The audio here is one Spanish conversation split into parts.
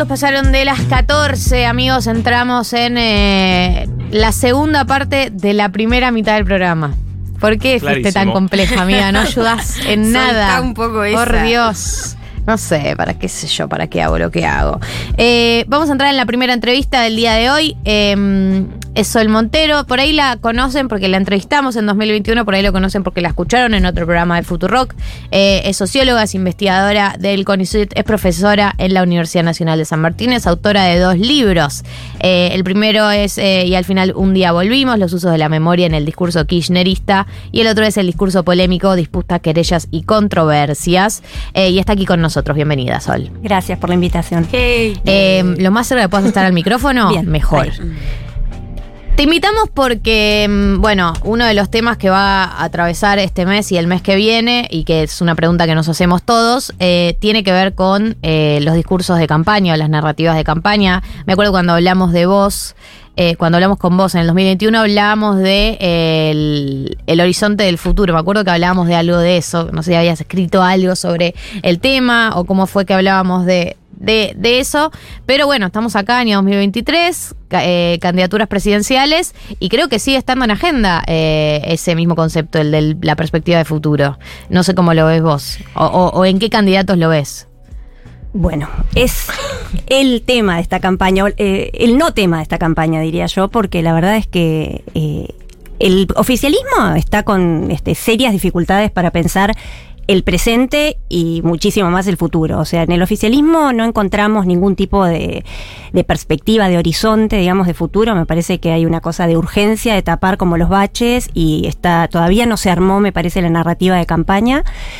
minutos pasaron de las 14, amigos. Entramos en la segunda parte de la primera mitad del programa. ¿Por qué fuiste tan compleja, amiga? No ayudás en nada. Soltá un poco esa. Por Dios. No sé, para qué sé yo, para qué hago lo que hago. Vamos a entrar en la primera entrevista del día de hoy. Es Sol Montero. Por ahí la conocen porque la entrevistamos en 2021. Por ahí lo conocen porque la escucharon en otro programa de Futurock. Es socióloga, es investigadora del CONICET, es profesora en la Universidad Nacional de San Martín, es autora de 2 libros. El primero es Y al final un día volvimos, los usos de la memoria en el discurso kirchnerista. Y el otro es El discurso polémico, disputas, querellas y controversias. Y está aquí con nosotros. Bienvenida, Sol. Gracias por la invitación. Hey. Lo más cerca que puedas estar al micrófono, Bien, mejor. Te invitamos porque, bueno, uno de los temas que va a atravesar este mes y el mes que viene, y que es una pregunta que nos hacemos todos, tiene que ver con los discursos de campaña o las narrativas de campaña. Me acuerdo cuando hablamos de vos, cuando hablamos con vos en el 2021, hablábamos de el horizonte del futuro. Me acuerdo que hablábamos de algo de eso. No sé si habías escrito algo sobre el tema o cómo fue que hablábamos de eso, pero bueno, estamos acá, año 2023, candidaturas presidenciales, y creo que sigue estando en agenda ese mismo concepto, el de la perspectiva de futuro. No sé cómo lo ves vos, o en qué candidatos lo ves. Bueno, es el tema de esta campaña, el no tema de esta campaña, diría yo, porque la verdad es que el oficialismo está con serias dificultades para pensar el presente y muchísimo más el futuro. O sea, en el oficialismo no encontramos ningún tipo de perspectiva, de horizonte, digamos, de futuro. Me parece que hay una cosa de urgencia, de tapar como los baches, y todavía no se armó, me parece, la narrativa de campaña.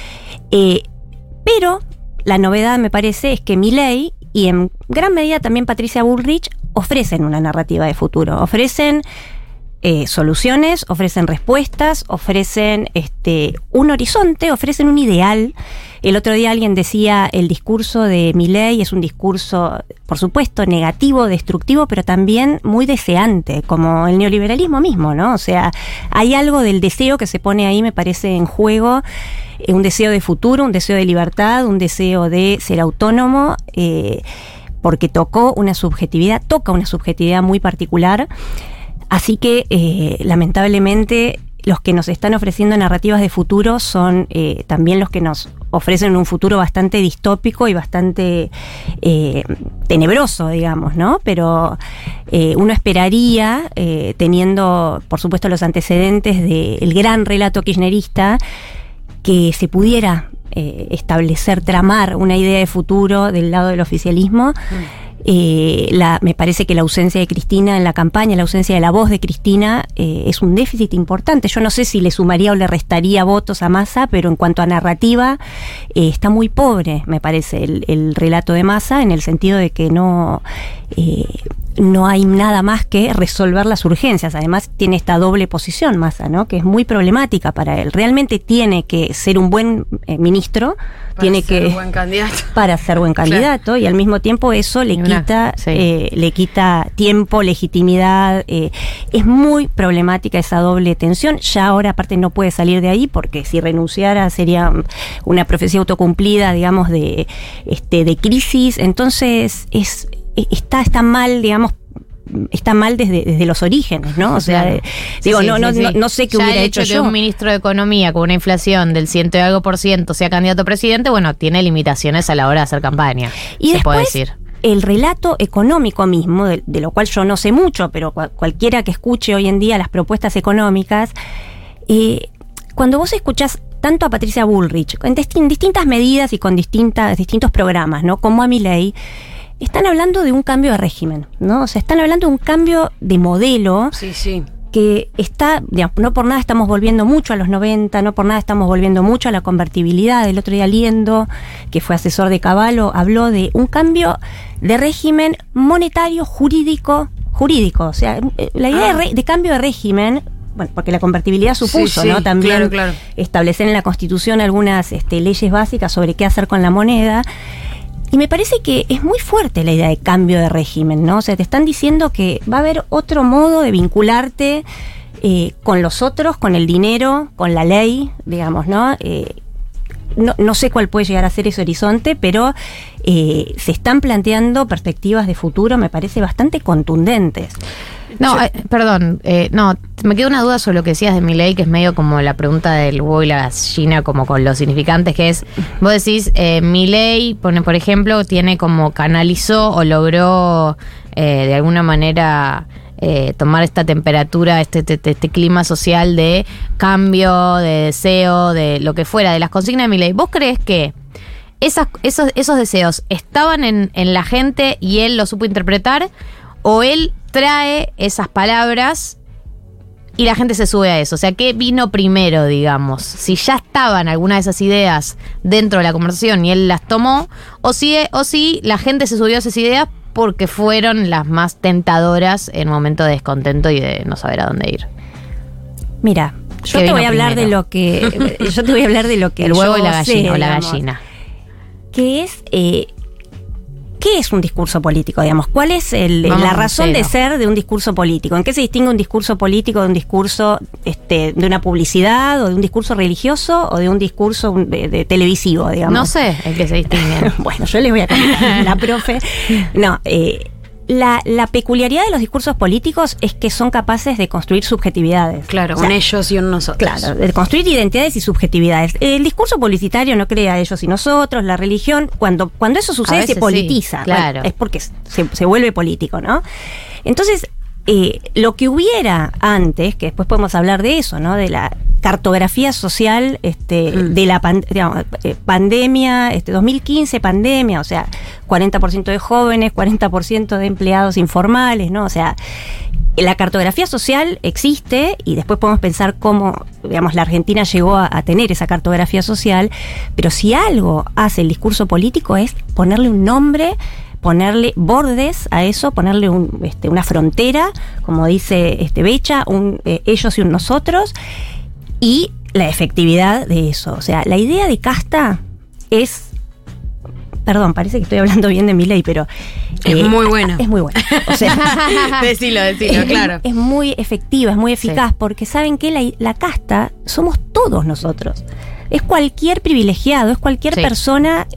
Pero la novedad, me parece, es que Milei y en gran medida también Patricia Bullrich ofrecen una narrativa de futuro. Ofrecen soluciones, ofrecen respuestas, ofrecen un horizonte, ofrecen un ideal. El otro día alguien decía, el discurso de Milei es un discurso, por supuesto, negativo, destructivo, pero también muy deseante, como el neoliberalismo mismo, ¿no? O sea, hay algo del deseo que se pone ahí, me parece, en juego, un deseo de futuro, un deseo de libertad, un deseo de ser autónomo, porque toca una subjetividad muy particular. Así que, lamentablemente, los que nos están ofreciendo narrativas de futuro son también los que nos ofrecen un futuro bastante distópico y bastante tenebroso, digamos, ¿no? Pero uno esperaría, teniendo, por supuesto, los antecedentes del gran relato kirchnerista, que se pudiera establecer, tramar una idea de futuro del lado del oficialismo. Me parece que la ausencia de Cristina en la campaña, la ausencia de la voz de Cristina, es un déficit importante. Yo no sé si le sumaría o le restaría votos a Massa, pero en cuanto a narrativa, está muy pobre, me parece, el relato de Massa, en el sentido de que no hay nada más que resolver las urgencias. Además, tiene esta doble posición Massa, ¿no? Que es muy problemática para él. Realmente tiene que ser un buen ministro, para ser buen candidato. Para ser buen candidato, claro. Y al mismo tiempo eso le quita tiempo, legitimidad. Es muy problemática esa doble tensión. Ya ahora, aparte, no puede salir de ahí, porque si renunciara sería una profecía autocumplida, digamos, de crisis. Entonces está mal, digamos, está mal desde los orígenes, ¿no? O sea, claro. No sé qué hubiera hecho yo. Que un ministro de Economía con una inflación del 100 y algo % sea candidato a presidente, bueno, tiene limitaciones a la hora de hacer campaña. Y después, puede decir. El relato económico mismo, de lo cual yo no sé mucho, pero cualquiera que escuche hoy en día las propuestas económicas, cuando vos escuchás tanto a Patricia Bullrich, en distintas medidas y con distintos programas, ¿no? Como a Milei, están hablando de un cambio de régimen, ¿no? O sea, están hablando de un cambio de modelo. Sí. Que está, digamos, no por nada estamos volviendo mucho a los 90, no por nada estamos volviendo mucho a la convertibilidad. El otro día Liendo, que fue asesor de Cavallo, habló de un cambio de régimen monetario, jurídico. O sea, la idea de cambio de régimen, bueno, porque la convertibilidad supuso, ¿no? También claro. Establecer en la Constitución algunas leyes básicas sobre qué hacer con la moneda. Y me parece que es muy fuerte la idea de cambio de régimen, ¿no? O sea, te están diciendo que va a haber otro modo de vincularte con los otros, con el dinero, con la ley, digamos, ¿no? no sé cuál puede llegar a ser ese horizonte, pero se están planteando perspectivas de futuro, me parece, bastante contundentes. No, perdón, me queda una duda sobre lo que decías de Milei, que es medio como la pregunta del huevo y la gallina, como con los significantes, que es, vos decís, Milei, por ejemplo, canalizó o logró de alguna manera tomar esta temperatura, este clima social de cambio, de deseo, de lo que fuera, de las consignas de Milei. ¿Vos crees que esos deseos estaban en la gente y él lo supo interpretar, o él trae esas palabras y la gente se sube a eso? O sea, ¿qué vino primero, digamos? Si ya estaban algunas de esas ideas dentro de la conversación y él las tomó, o si la gente se subió a esas ideas porque fueron las más tentadoras en un momento de descontento y de no saber a dónde ir. Mira, yo te voy a hablar de lo que el huevo y la gallina, o la gallina. Que es ¿qué es un discurso político, digamos? ¿Cuál es la razón de ser de un discurso político? ¿En qué se distingue un discurso político de un discurso de una publicidad, o de un discurso religioso, o de un discurso de televisivo, digamos? No sé en qué se distingue. Bueno, yo les voy a contar, la profe. No, la peculiaridad de los discursos políticos es que son capaces de construir subjetividades. Claro, o sea, un ellos y un nosotros. Claro, de construir identidades y subjetividades. El discurso publicitario no crea ellos y nosotros, la religión, cuando eso sucede se politiza. Sí, claro. Es porque se vuelve político, ¿no? Entonces, lo que hubiera antes, que después podemos hablar de eso, ¿no? De la cartografía social de la pandemia, 2015 pandemia, o sea, 40% de jóvenes, 40% de empleados informales, ¿no? O sea, la cartografía social existe, y después podemos pensar cómo, digamos, la Argentina llegó a tener esa cartografía social, pero si algo hace el discurso político es ponerle un nombre, ponerle bordes a eso, ponerle una frontera, como dice Becha, ellos y un nosotros, y la efectividad de eso. O sea, la idea de casta es... Perdón, parece que estoy hablando bien de Milei, pero... es muy buena. Es muy buena. O sea, decilo, claro. Es muy efectiva, es muy eficaz, porque saben que la casta somos todos nosotros. Es cualquier privilegiado, es cualquier persona...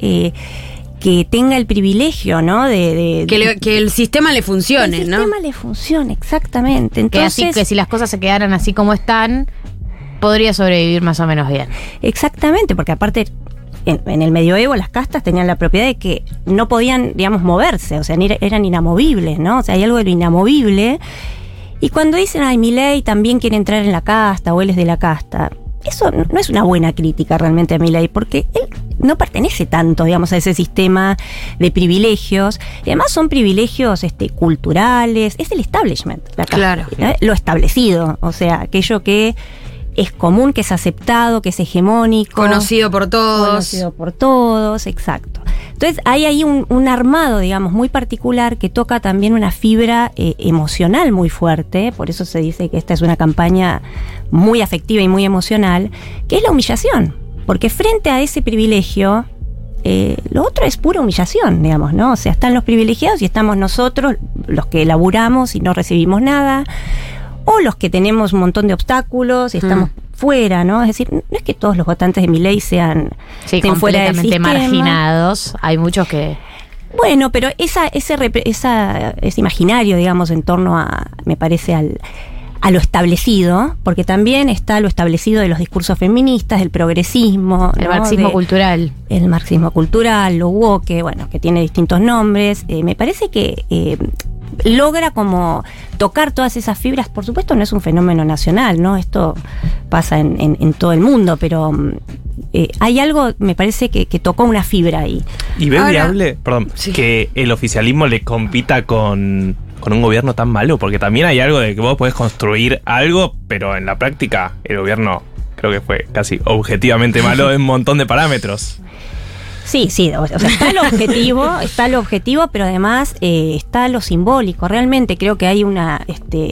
que tenga el privilegio, ¿no? Que el sistema le funcione, ¿no? Que el sistema le funcione, exactamente. Entonces, que si las cosas se quedaran así como están, podría sobrevivir más o menos bien. Exactamente, porque aparte, en el medioevo las castas tenían la propiedad de que no podían, digamos, moverse, o sea, eran inamovibles, ¿no? O sea, hay algo de lo inamovible. Y cuando dicen, ay, Milei también quiere entrar en la casta, o él es de la casta, eso no es una buena crítica realmente a Milei, porque él no pertenece tanto, digamos, a ese sistema de privilegios. Y además son privilegios culturales, es el establishment, la casta, claro. Lo establecido, o sea, aquello que es común, que es aceptado, que es hegemónico. Conocido por todos, exacto. Entonces hay ahí un armado, digamos, muy particular, que toca también una fibra emocional muy fuerte. Por eso se dice que esta es una campaña muy afectiva y muy emocional, que es la humillación. Porque frente a ese privilegio, lo otro es pura humillación, digamos, ¿no? O sea, están los privilegiados y estamos nosotros, los que laburamos y no recibimos nada, o los que tenemos un montón de obstáculos y estamos fuera, ¿no? Es decir, no es que todos los votantes de Milei estén fuera del sistema, marginados. Hay muchos que... Bueno, pero ese imaginario, digamos, en torno a, me parece, a lo establecido, porque también está lo establecido de los discursos feministas, del progresismo, el marxismo cultural. El marxismo cultural, lo woke, bueno, que tiene distintos nombres. Me parece que logra como tocar todas esas fibras. Por supuesto no es un fenómeno nacional, ¿no? Esto pasa en todo el mundo, pero hay algo, me parece, que tocó una fibra ahí. ¿Y ves viable, que el oficialismo le compita con un gobierno tan malo? Porque también hay algo de que vos podés construir algo, pero en la práctica el gobierno creo que fue casi objetivamente malo en un montón de parámetros. Sí, o sea, está el objetivo, pero además está lo simbólico. Realmente creo que hay una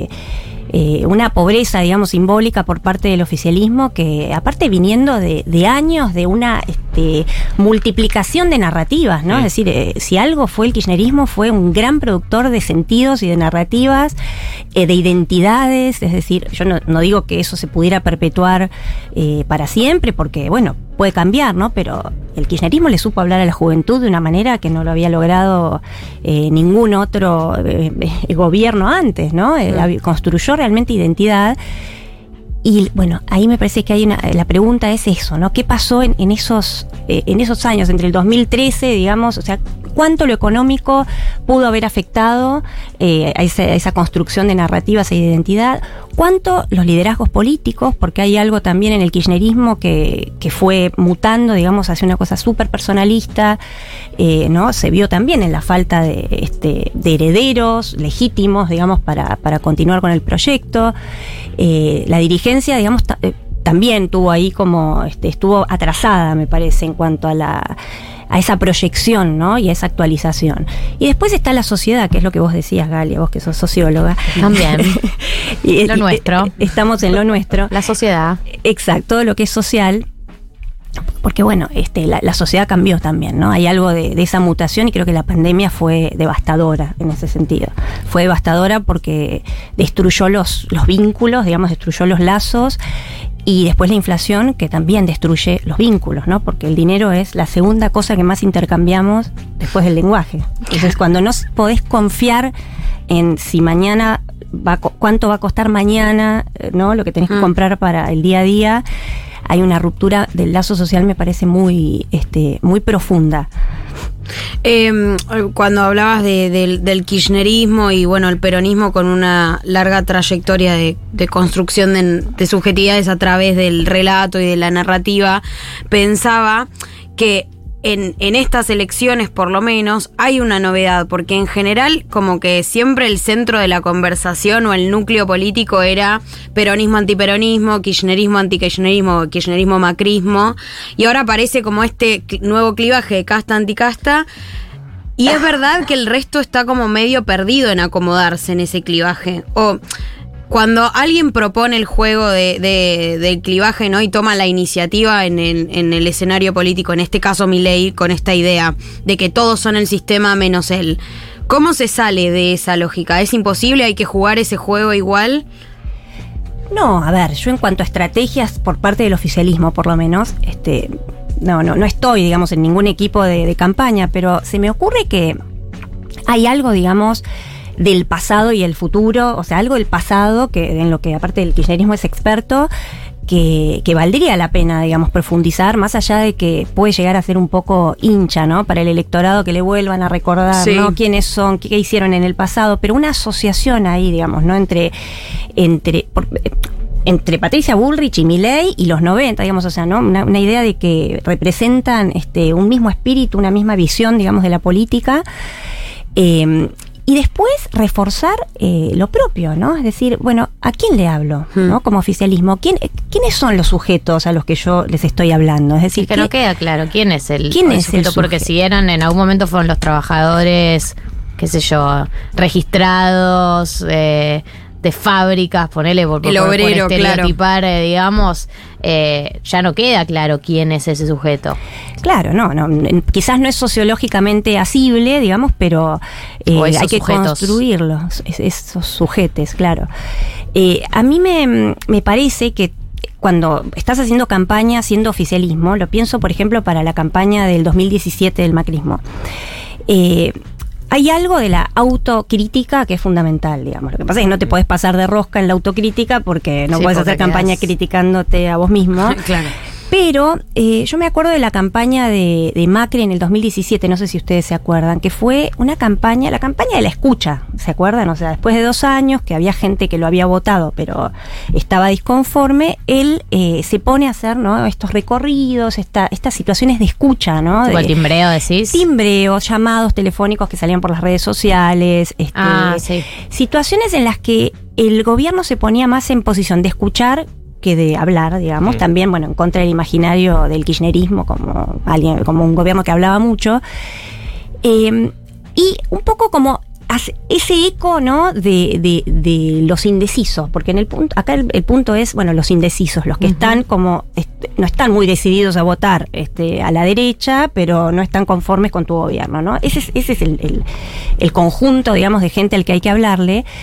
pobreza, digamos, simbólica por parte del oficialismo, que aparte viniendo de años de una multiplicación de narrativas, ¿no? Es decir, si algo fue el kirchnerismo, fue un gran productor de sentidos y de narrativas, de identidades. Es decir, yo no digo que eso se pudiera perpetuar para siempre, porque, bueno, puede cambiar, ¿no? Pero el kirchnerismo le supo hablar a la juventud de una manera que no lo había logrado ningún otro gobierno antes, ¿no? Construyó realmente identidad. Y bueno, ahí me parece que hay la pregunta es eso, ¿no? ¿Qué pasó en esos años, entre el 2013, digamos, o sea, cuánto lo económico pudo haber afectado a esa construcción de narrativas e identidad? ¿Cuánto los liderazgos políticos? Porque hay algo también en el kirchnerismo que fue mutando, digamos, hacia una cosa súper personalista, ¿no? Se vio también en la falta de herederos legítimos, digamos, para continuar con el proyecto. La dirigencia, digamos, también tuvo ahí como, estuvo atrasada, me parece, en cuanto a esa proyección, ¿no? Y a esa actualización. Y después está la sociedad, que es lo que vos decías, Galia, vos que sos socióloga. También. Lo nuestro. Estamos en lo nuestro. La sociedad. Exacto, todo lo que es social. Porque bueno, la sociedad cambió también, ¿no? Hay algo de esa mutación y creo que la pandemia fue devastadora en ese sentido. Fue devastadora porque destruyó los vínculos, digamos, destruyó los lazos, y después la inflación, que también destruye los vínculos, ¿no? Porque el dinero es la segunda cosa que más intercambiamos después del lenguaje. Entonces, cuando no podés confiar en si mañana cuánto va a costar mañana, ¿no? Lo que tenés que comprar para el día a día, hay una ruptura del lazo social, me parece muy profunda. Cuando hablabas del kirchnerismo y bueno, el peronismo con una larga trayectoria de construcción de subjetividades a través del relato y de la narrativa, pensaba que en estas elecciones por lo menos hay una novedad, porque en general como que siempre el centro de la conversación o el núcleo político era peronismo antiperonismo, kirchnerismo antikirchnerismo, kirchnerismo macrismo, y ahora aparece como este nuevo clivaje de casta anticasta, y es verdad que el resto está como medio perdido en acomodarse en ese clivaje. O cuando alguien propone el juego del clivaje, ¿no? Y toma la iniciativa en el escenario político, en este caso Milei, con esta idea de que todos son el sistema menos él. ¿Cómo se sale de esa lógica? ¿Es imposible? ¿Hay que jugar ese juego igual? No, a ver, yo en cuanto a estrategias por parte del oficialismo, por lo menos, no estoy, digamos, en ningún equipo de campaña, pero se me ocurre que hay algo, digamos, del pasado y el futuro, o sea, algo del pasado, que en lo que aparte del kirchnerismo es experto, que valdría la pena, digamos, profundizar, más allá de que puede llegar a ser un poco hincha, ¿no? Para el electorado, que le vuelvan a recordar, sí, ¿no? Quiénes son, qué hicieron en el pasado, pero una asociación ahí, digamos, ¿no? Entre Patricia Bullrich y Milei y los 90, digamos, o sea, ¿no? Una idea de que representan un mismo espíritu, una misma visión, digamos, de la política. Y después reforzar lo propio, ¿no? Es decir, bueno, ¿a quién le hablo? ¿No? Como oficialismo, ¿quiénes son los sujetos a los que yo les estoy hablando? Es decir, que no queda claro quién es el sujeto, porque si eran, en algún momento fueron los trabajadores, qué sé yo, registrados, de fábricas, ponele por estereotipar, claro. Digamos, ya no queda claro quién es ese sujeto. Claro, no, quizás no es sociológicamente asible, digamos, pero hay que construirlos, esos sujetos, claro. A mí me parece que cuando estás haciendo campaña, haciendo oficialismo, lo pienso, por ejemplo, para la campaña del 2017 del macrismo, hay algo de la autocrítica que es fundamental, digamos. Lo que pasa es que no te podés pasar de rosca en la autocrítica porque no podés hacer campaña criticándote a vos mismo. Claro. Pero yo me acuerdo de la campaña de Macri en el 2017, no sé si ustedes se acuerdan, que fue una campaña, la campaña de la escucha, ¿se acuerdan? O sea, después de 2 años que había gente que lo había votado, pero estaba disconforme, él se pone a hacer, ¿no? Estos recorridos, estas situaciones de escucha, ¿no? ¿Tipo el timbreo decís? Timbreo, llamados telefónicos que salían por las redes sociales, sí. Situaciones en las que el gobierno se ponía más en posición de escuchar que de hablar, digamos, sí. También, bueno, en contra del imaginario del kirchnerismo como un gobierno que hablaba mucho, y un poco como ese eco, ¿no? de los indecisos, porque acá el punto es, bueno, los indecisos, los que están como no están muy decididos a votar a la derecha, pero no están conformes con tu gobierno, ¿no? Ese es el conjunto, digamos, de gente al que hay que hablarle.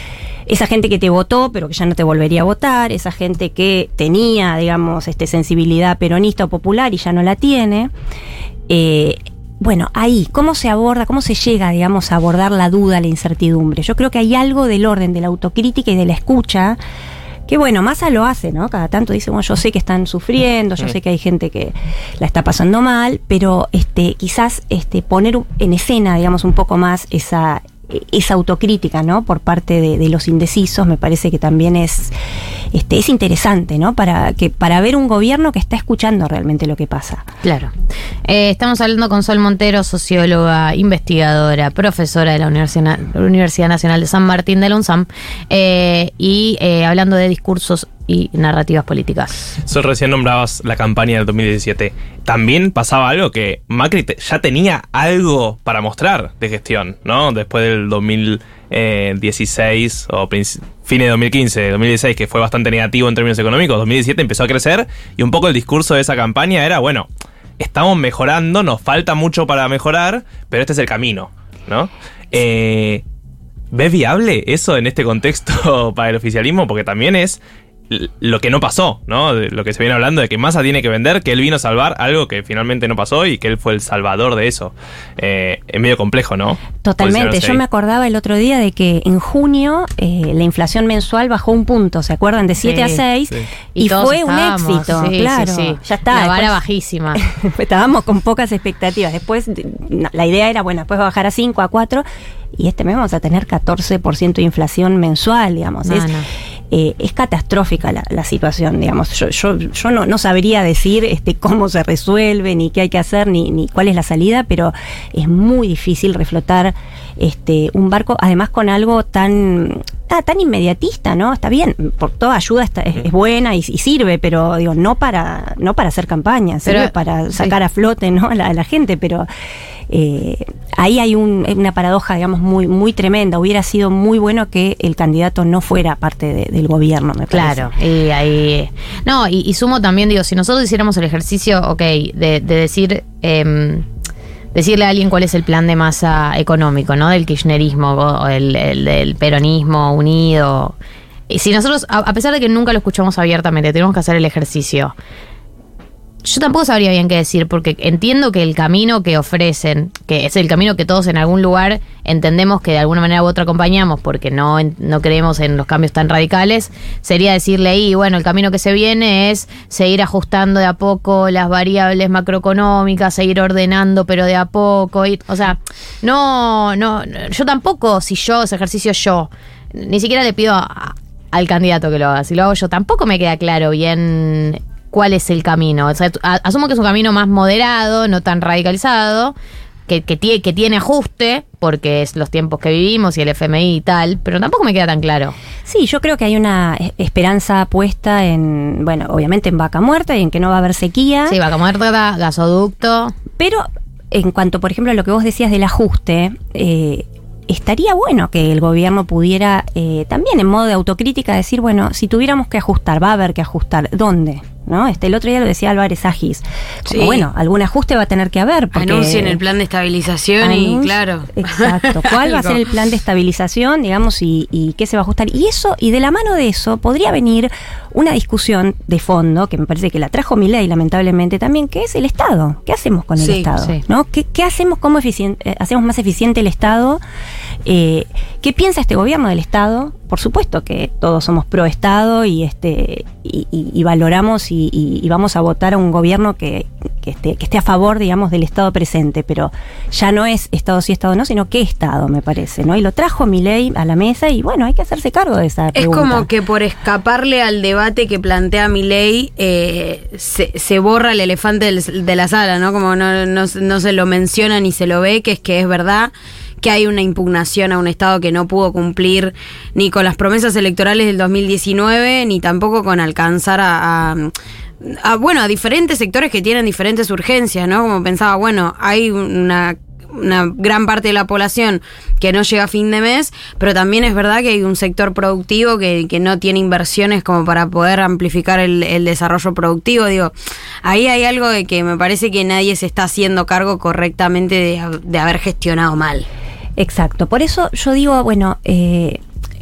esa gente que te votó, pero que ya no te volvería a votar, esa gente que tenía, digamos, sensibilidad peronista o popular y ya no la tiene. Bueno, ahí, ¿cómo se aborda, cómo se llega, digamos, a abordar la duda, la incertidumbre? Yo creo que hay algo del orden de la autocrítica y de la escucha que, bueno, Massa lo hace, ¿no? Cada tanto dice, bueno, yo sé que están sufriendo, yo sé que hay gente que la está pasando mal, pero quizás poner en escena, digamos, un poco más esa autocrítica, ¿no? Por parte de los indecisos, me parece que también es interesante, ¿no? Para ver un gobierno que está escuchando realmente lo que pasa. Claro. Estamos hablando con Sol Montero, socióloga, investigadora, profesora de la Universidad Nacional de San Martín de la UNSAM, y hablando de discursos y narrativas políticas. Sol, recién nombrabas la campaña del 2017. También pasaba algo que Macri ya tenía algo para mostrar de gestión, ¿no? Después del 2016 o fines de 2015, 2016, que fue bastante negativo en términos económicos, 2017 empezó a crecer y un poco el discurso de esa campaña era, bueno, estamos mejorando, nos falta mucho para mejorar, pero este es el camino, ¿no? ¿Ves viable eso en este contexto para el oficialismo? Porque también es lo que no pasó, ¿no? De lo que se viene hablando de que Massa tiene que vender, que él vino a salvar algo que finalmente no pasó y que él fue el salvador de eso. Es medio complejo, ¿no? Totalmente. Yo me acordaba el otro día de que en junio la inflación mensual bajó 1 punto, ¿se acuerdan? De 7 a 6 y fue un éxito, claro. Ya está. La vara bajísima. Estábamos con pocas expectativas. Después la idea era, bueno, después va a bajar a 5, a 4 y mes vamos a tener 14% de inflación mensual, digamos. Es catastrófica la situación, digamos. Yo no sabría decir cómo se resuelve, ni qué hay que hacer, ni cuál es la salida, pero es muy difícil reflotar un barco, además con algo tan inmediatista, ¿no? Está bien, por toda ayuda es buena y sirve, pero digo, no para hacer campaña, sirve para sacar a flote, ¿no? a la gente, pero ahí hay una paradoja, digamos, muy, muy tremenda. Hubiera sido muy bueno que el candidato no fuera parte del gobierno, me parece. Claro, y ahí... No, y sumo también, digo, si nosotros hiciéramos el ejercicio, de decir... decirle a alguien cuál es el plan de Massa económico, ¿no? Del kirchnerismo o del peronismo unido. Y si nosotros, a pesar de que nunca lo escuchamos abiertamente, tenemos que hacer el ejercicio. Yo tampoco sabría bien qué decir, porque entiendo que el camino que ofrecen, que es el camino que todos en algún lugar entendemos que de alguna manera u otra acompañamos, porque no creemos en los cambios tan radicales, sería decirle ahí, bueno, el camino que se viene es seguir ajustando de a poco las variables macroeconómicas, seguir ordenando, pero de a poco. O sea, no, yo tampoco, si yo, ese ejercicio ni siquiera le pido al candidato que lo haga, si lo hago yo, tampoco me queda claro bien cuál es el camino. O sea, asumo que es un camino más moderado, no tan radicalizado, que tiene ajuste, porque es los tiempos que vivimos y el FMI y tal, pero tampoco me queda tan claro. Sí, yo creo que hay una esperanza puesta en, bueno, obviamente en Vaca Muerta y en que no va a haber sequía. Sí, Vaca Muerta, gasoducto. Pero en cuanto, por ejemplo, a lo que vos decías del ajuste, estaría bueno que el gobierno pudiera también en modo de autocrítica decir, bueno, si tuviéramos que ajustar, va a haber que ajustar, ¿dónde? ¿No? El otro día lo decía Álvarez Agis, como bueno, algún ajuste va a tener que haber. Anuncien el plan de estabilización y claro. Exacto, ¿cuál va a ser el plan de estabilización, digamos, y qué se va a ajustar? Y de la mano de eso podría venir una discusión de fondo, que me parece que la trajo Milei lamentablemente también, que es el Estado. ¿Qué hacemos con el Estado? Sí. ¿No? ¿Qué hacemos? ¿Cómo hacemos más eficiente el Estado? ¿Qué piensa este gobierno del Estado? Por supuesto que todos somos pro Estado y valoramos y vamos a votar a un gobierno que esté a favor, digamos, del Estado presente, pero ya no es Estado sí, Estado no, sino qué Estado, me parece, ¿no? Y lo trajo Milei a la mesa y bueno, hay que hacerse cargo de esa pregunta. Es como que por escaparle al debate que plantea Milei se borra el elefante de la sala, ¿no? Como no se lo menciona ni se lo ve, que es verdad que hay una impugnación a un Estado que no pudo cumplir ni con las promesas electorales del 2019, ni tampoco con alcanzar a diferentes sectores que tienen diferentes urgencias, ¿no? Como pensaba, bueno, hay una gran parte de la población que no llega a fin de mes, pero también es verdad que hay un sector productivo que no tiene inversiones como para poder amplificar el desarrollo productivo. Digo, ahí hay algo de que me parece que nadie se está haciendo cargo correctamente de haber gestionado mal. Exacto, por eso yo digo, bueno,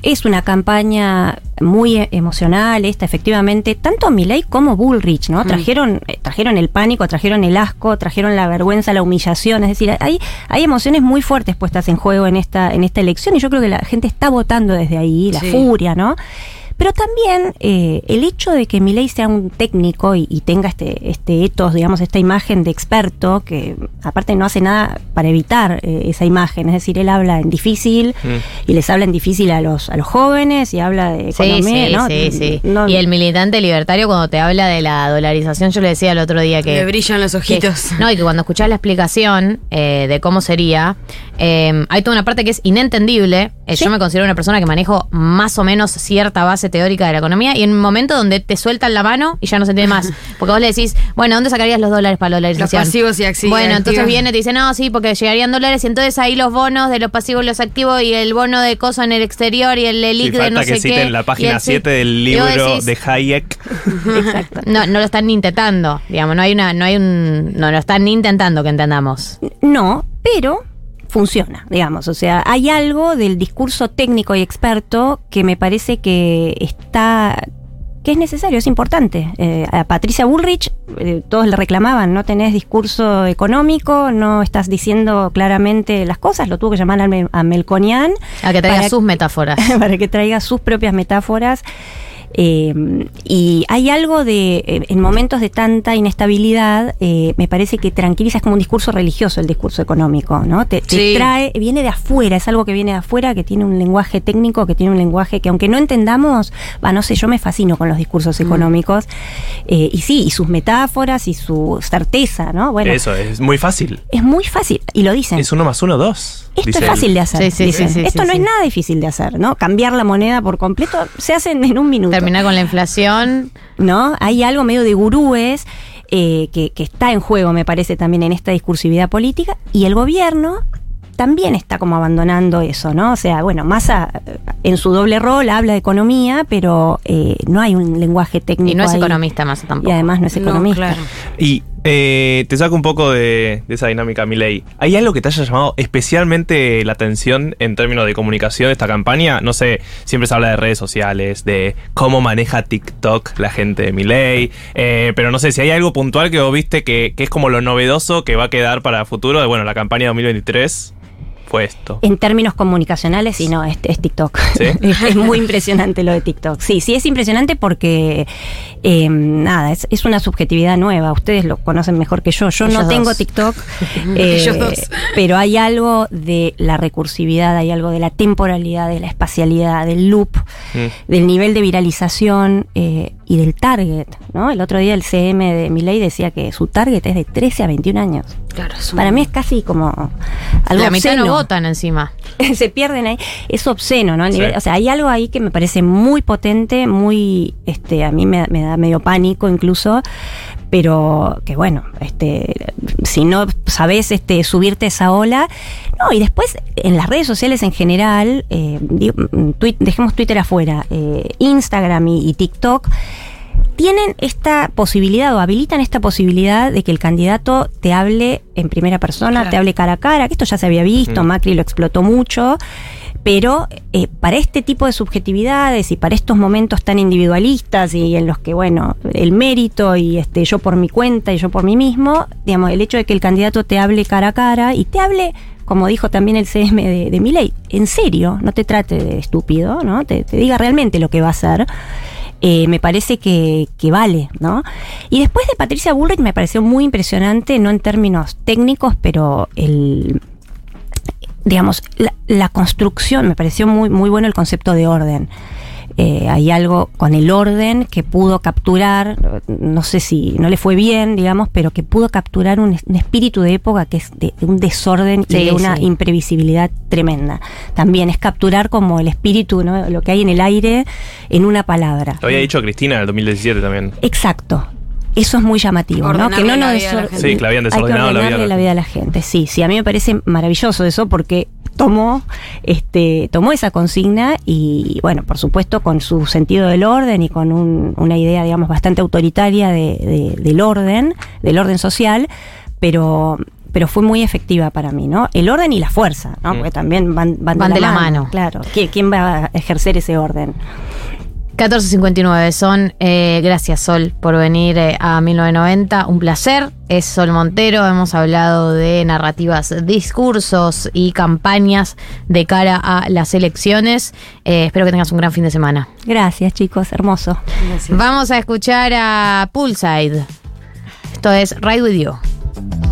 Es una campaña muy emocional, efectivamente, tanto Milei como Bullrich, ¿no? Trajeron el pánico, trajeron el asco, trajeron la vergüenza, la humillación, es decir, hay emociones muy fuertes puestas en juego en esta elección, y yo creo que la gente está votando desde ahí, la furia, ¿no? Pero también el hecho de que Milei sea un técnico y tenga este ethos, digamos, esta imagen de experto, que aparte no hace nada para evitar esa imagen, es decir, él habla en difícil y les habla en difícil a los jóvenes y habla de economía, ¿no? Sí. Y el militante libertario, cuando te habla de la dolarización, yo le decía el otro día que... Le brillan los ojitos. Y que cuando escuchás la explicación de cómo sería, hay toda una parte que es inentendible. Yo me considero una persona que manejo más o menos cierta base teórica de la economía, y en un momento donde te sueltan la mano y ya no se entiende más. Porque vos le decís, bueno, ¿dónde sacarías los dólares para la dolarización? Los pasivos y activos. Bueno, entonces viene y te dice, no, sí, porque llegarían dólares, y entonces ahí los bonos de los pasivos y los activos, y el bono de cosa en el exterior, y el ELIC de no sé qué. Falta que citen la página 7 del libro de Hayek. Exacto. No lo están ni intentando, digamos, no lo están ni intentando que entendamos. No, pero funciona, digamos, o sea, hay algo del discurso técnico y experto que me parece que es necesario, es importante. A Patricia Bullrich todos le reclamaban, no tenés discurso económico, no estás diciendo claramente las cosas, lo tuvo que llamar a Melconian a que traiga sus metáforas. Para que traiga sus propias metáforas. Y hay algo en momentos de tanta inestabilidad, me parece que tranquiliza, es como un discurso religioso el discurso económico, ¿no? Te trae, viene de afuera, es algo que viene de afuera, que tiene un lenguaje técnico, que tiene un lenguaje que aunque no entendamos, no sé, yo me fascino con los discursos económicos, y sus metáforas y su certeza, ¿no? Bueno, eso es muy fácil. Es muy fácil, y lo dicen. Es 1 más 1, 2. Esto es fácil de hacer. Sí, esto no es nada difícil de hacer, ¿no? Cambiar la moneda por completo se hace en un minuto. Terminar con la inflación. ¿No? Hay algo medio de gurúes que está en juego, me parece, también en esta discursividad política, y el gobierno también está como abandonando eso, ¿no? O sea, bueno, Massa en su doble rol habla de economía, pero no hay un lenguaje técnico. Y no es ahí. Economista Massa tampoco. Y además no es economista. Claro. Y te saco un poco de esa dinámica, Milei. ¿Hay algo que te haya llamado especialmente la atención en términos de comunicación de esta campaña? No sé, siempre se habla de redes sociales, de cómo maneja TikTok la gente de Milei, pero no sé si hay algo puntual que vos viste que es como lo novedoso que va a quedar para el futuro de, bueno, la campaña 2023. Fue esto. En términos comunicacionales, sí, no, es TikTok. ¿Sí? Es muy impresionante lo de TikTok. Sí, es impresionante porque, es una subjetividad nueva. Ustedes lo conocen mejor que yo. Yo Ellos no tengo dos. TikTok, Ellos dos. pero hay algo de la recursividad, hay algo de la temporalidad, de la espacialidad, del loop, del nivel de viralización y del target, ¿no? El otro día el CM de Milei decía que su target es de 13 a 21 años. Claro, Para mí es casi como algo La mitad obsceno. no votan encima. Se pierden ahí. Es obsceno, ¿no? El nivel, Sí. o sea, hay algo ahí que me parece muy potente, muy, a mí me da medio pánico incluso, pero que bueno, si no sabés subirte a esa ola, no, y después en las redes sociales en general, dejemos Twitter afuera, Instagram y TikTok, tienen esta posibilidad o habilitan esta posibilidad de que el candidato te hable en primera persona, Claro. te hable cara a cara, que esto ya se había visto, Macri lo explotó mucho, pero para este tipo de subjetividades y para estos momentos tan individualistas y en los que, bueno, el mérito y yo por mi cuenta y yo por mí mismo, digamos, el hecho de que el candidato te hable cara a cara y te hable, como dijo también el CM de Milei, en serio, no te trate de estúpido, ¿no? Te diga realmente lo que va a hacer. Me parece que vale, ¿no? Y después de Patricia Bullrich me pareció muy impresionante, no en términos técnicos, pero la construcción, me pareció muy, muy bueno el concepto de orden. Hay algo con el orden que pudo capturar, no sé si no le fue bien, digamos, pero que pudo capturar un espíritu de época que es de un desorden y de una imprevisibilidad tremenda. También es capturar como el espíritu, ¿no? Lo que hay en el aire en una palabra. Lo había dicho Cristina en el 2017 también. Exacto. Eso es muy llamativo, ¿no? Que no nos Sí, que le habían desordenado hay que ordenarle la vida a la gente. Sí, a mí me parece maravilloso eso porque tomó esa consigna y, bueno, por supuesto con su sentido del orden y con una idea, digamos, bastante autoritaria del orden social, pero pero fue muy efectiva para mí, ¿no? El orden y la fuerza, ¿no? Porque también van de la mano. Claro. ¿Quién va a ejercer ese orden? 14:59 gracias, Sol, por venir a 1990. Un placer. Es Sol Montero. Hemos hablado de narrativas, discursos y campañas de cara a las elecciones. Espero que tengas un gran fin de semana. Gracias, chicos. Hermoso. Gracias. Vamos a escuchar a Poolside. Esto es Ride With You.